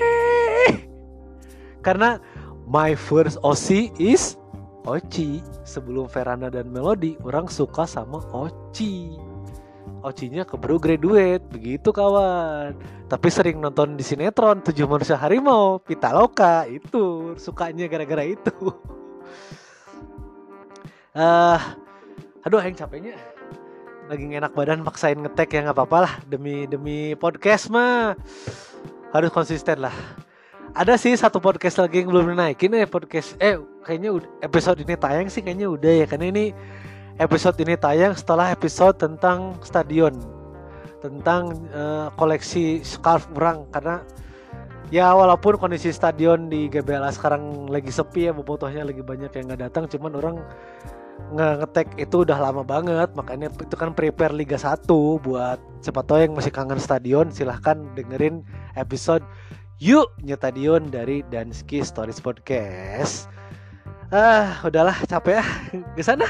Karena my first O C is Oci. Sebelum Veranda dan Melody, orang suka sama Oci. Ocinya keburu graduate, begitu kawan. Tapi sering nonton di sinetron Tujuh Manusia Harimau, Pitaloka, itu sukanya gara-gara itu. uh, Aduh, yang capeknya lagi enak badan, maksain ngetek ya nggak apa-apa lah, demi demi podcast mah harus konsisten lah. Ada sih satu podcast lagi yang belum naikin eh podcast eh kayaknya episode ini tayang sih kayaknya udah ya, karena ini episode ini tayang setelah episode tentang stadion, tentang uh, koleksi scarf orang. Karena ya walaupun kondisi stadion di G B L A sekarang lagi sepi ya, bobotohnya lagi banyak yang nggak datang, cuman orang nge-ngetek itu udah lama banget. Makanya itu kan prepare Liga satu. Buat siapa tahu yang masih kangen stadion, silahkan dengerin episode Yuk Nyetadion dari Danski Stories Podcast. Ah, udahlah capek ah ke sana.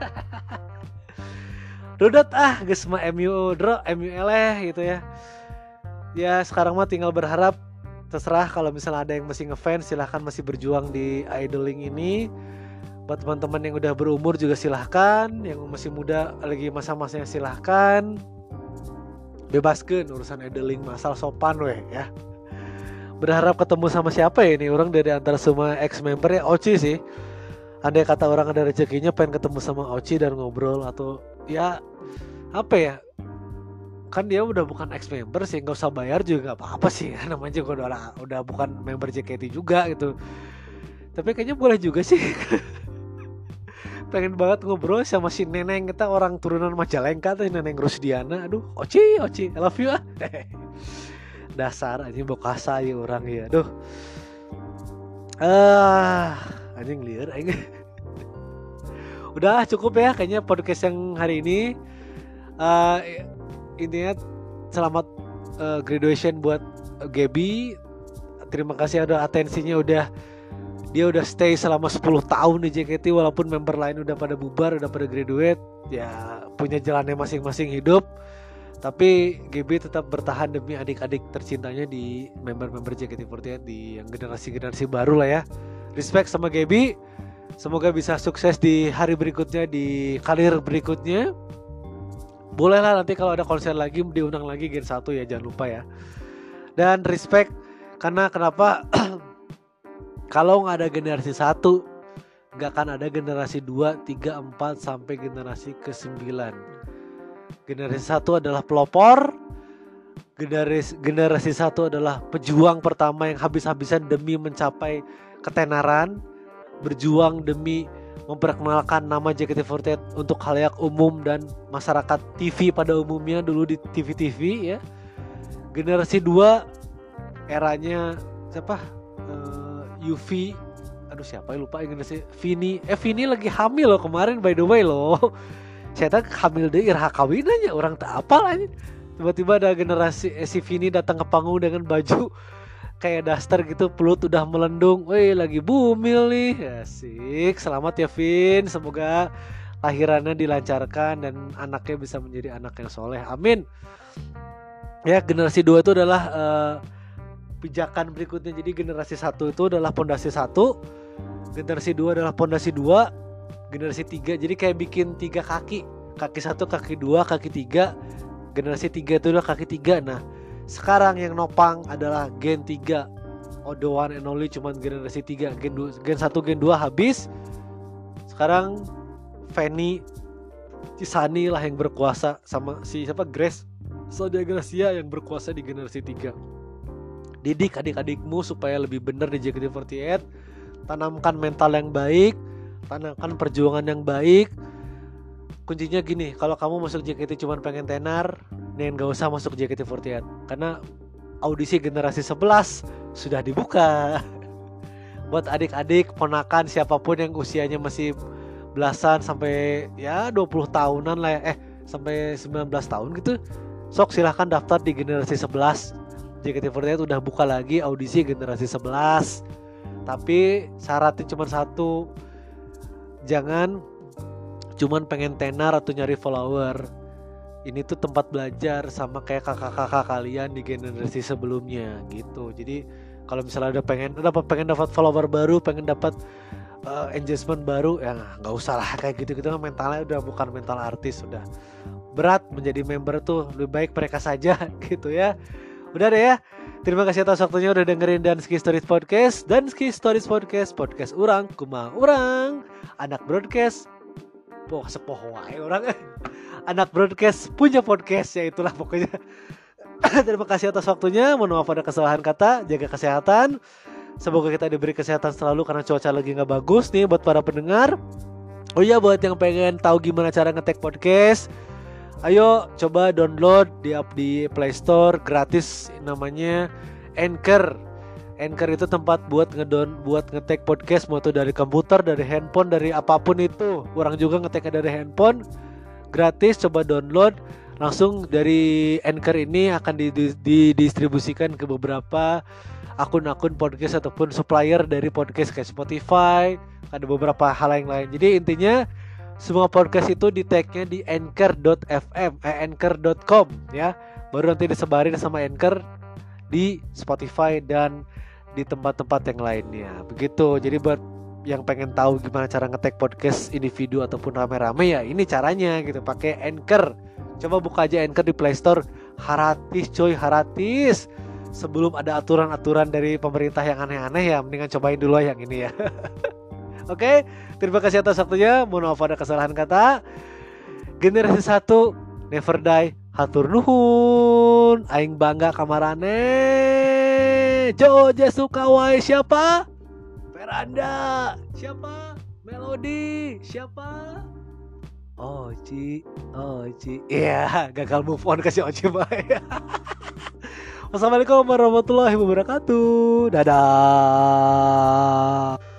Rudot ah geus mah M U draw, M U eleh gitu ya. Ya sekarang mah tinggal berharap, terserah kalau misalnya ada yang masih ngefans, silahkan masih berjuang di idoling ini. Buat teman-teman yang udah berumur juga silahkan, yang masih muda lagi masa-masanya silahkan. Bebaskeun urusan idoling, masal sopan weh ya. Berharap ketemu sama siapa ya ini? Orang dari antara semua ex-member ya Oci sih. Andai kata orang ada rezekinya pengen ketemu sama Oci dan ngobrol, atau ya apa ya, kan dia udah bukan ex-member sih, nggak usah bayar juga nggak apa-apa sih. Namanya juga udah, udah bukan member J K T juga gitu. Tapi kayaknya boleh juga sih. Pengen banget ngobrol sama si Neneng, kita orang turunan Majalengka tuh, Neneng Rusdiana. Aduh, Oci, Oci, I love you ah. Dasar anjing bokasa ya orang ya. Aduh. Ah, anjing liar anjing. Udah cukup ya kayaknya podcast yang hari ini. Uh, intinya selamat uh, graduation buat Gaby. Terima kasih ada atensinya, udah dia udah stay selama sepuluh tahun di J K T walaupun member lain udah pada bubar, udah pada graduate. Ya punya jalannya masing-masing hidup. Tapi Gaby tetap bertahan demi adik-adik tercintanya di member-member J K T empat delapan di yang generasi-generasi baru lah ya. Respect sama Gaby. Semoga bisa sukses di hari berikutnya, di karir berikutnya. Boleh lah nanti kalau ada konser lagi diundang lagi Gen satu ya, jangan lupa ya. Dan respect karena kenapa? Kalau nggak ada generasi satu, nggak akan ada generasi dua, tiga, empat sampai generasi ke sembilan. Generasi satu adalah pelopor. Generasi generasi satu adalah pejuang pertama yang habis-habisan demi mencapai ketenaran, berjuang demi memperkenalkan nama J K T empat delapan untuk khalayak umum dan masyarakat T V pada umumnya dulu di T V-T V ya. Generasi dua eranya siapa? Uh, U V. Aduh siapa ya lupa generasi Vini. Eh Vini lagi hamil loh kemarin by the way loh. Saya tak hamil deh irha kawinannya, orang tak apal aja. Tiba-tiba ada generasi eh, si Vini datang ke panggung dengan baju kayak daster gitu, pelut udah melendung. Wih lagi bumil nih. Asik. Selamat ya Vin. Semoga lahirannya dilancarkan dan anaknya bisa menjadi anak yang soleh. Amin. Ya generasi dua itu adalah uh, pijakan berikutnya. Jadi generasi satu itu adalah pondasi satu, generasi dua adalah pondasi dua, generasi tiga jadi kayak bikin tiga kaki, kaki satu, kaki dua, kaki tiga. Generasi tiga itu adalah kaki tiga. Nah sekarang yang nopang adalah gen tiga, oh the one and only, cuman generasi tiga. Gen dua, gen satu, gen dua habis. Sekarang Fanny si Sunny lah yang berkuasa, sama si siapa Grace Claudia Gracia yang berkuasa di generasi tiga. Didik adik-adikmu supaya lebih benar di J K T empat delapan. Tanamkan mental yang baik, tanamkan perjuangan yang baik. Kuncinya gini, kalau kamu masuk J K T cuma pengen tenar, nih gak usah masuk J K T empat delapan. Karena audisi generasi sebelas sudah dibuka. Buat adik-adik, ponakan, siapapun yang usianya masih belasan sampai ya dua puluh tahunan lah ya, eh sampai sembilan belas tahun gitu, sok silahkan daftar di generasi sebelas. J K T empat delapan udah buka lagi audisi generasi sebelas. Tapi syaratnya cuma satu, jangan cuman pengen tenar atau nyari follower. Ini tuh tempat belajar sama kayak kakak-kakak kalian di generasi sebelumnya gitu. Jadi kalau misalnya udah pengen dapat pengen dapat follower baru, pengen dapat uh, engagement baru, ya nggak usah lah kayak gitu-gitu. Mentalnya udah bukan mental artis, udah berat menjadi member tuh, lebih baik mereka saja gitu ya. Udah deh ya. Terima kasih atas waktunya udah dengerin Dansky Stories Podcast. Dansky Stories Podcast, podcast urang kumaha urang, anak broadcast. Poh sepoho wae orang. Anak broadcast punya podcast, ya itulah pokoknya. Terima kasih atas waktunya. Mohon maaf ada kesalahan kata. Jaga kesehatan. Semoga kita diberi kesehatan selalu karena cuaca lagi gak bagus nih buat para pendengar. Oh iya, buat yang pengen tahu gimana cara nge-tag podcast, ayo coba download di app di Play Store gratis, namanya Anchor. Anchor itu tempat buat ngedon buat nge-tag podcast, mau itu dari komputer, dari handphone, dari apapun itu. Orang juga nge-tag dari handphone. Gratis, coba download. Langsung dari Anchor ini akan didistribusikan ke beberapa akun-akun podcast ataupun supplier dari podcast kayak Spotify, ada beberapa hal yang lain. Jadi intinya semua podcast itu di tag-nya di anchor dot f m, eh, anchor dot com ya. Baru nanti disebarin sama Anchor di Spotify dan di tempat-tempat yang lainnya. Begitu. Jadi buat yang pengen tahu gimana cara nge-tag podcast individu ataupun rame-rame, ya ini caranya gitu, pakai Anchor. Coba buka aja Anchor di Play Store. Haratis coy, haratis. Sebelum ada aturan-aturan dari pemerintah yang aneh-aneh, ya mendingan cobain dulu yang ini ya. Oke, terima kasih atas waktunya. Mohon maaf ada kesalahan kata. Generasi satu never die, hatur nuhun. Aing bangga kamarane. Joje Sukawai siapa? Veranda siapa? Melody siapa? Oci, Oci. Iya, gagal move on kasih Oci bye. Wassalamualaikum warahmatullahi wabarakatuh. Dadah.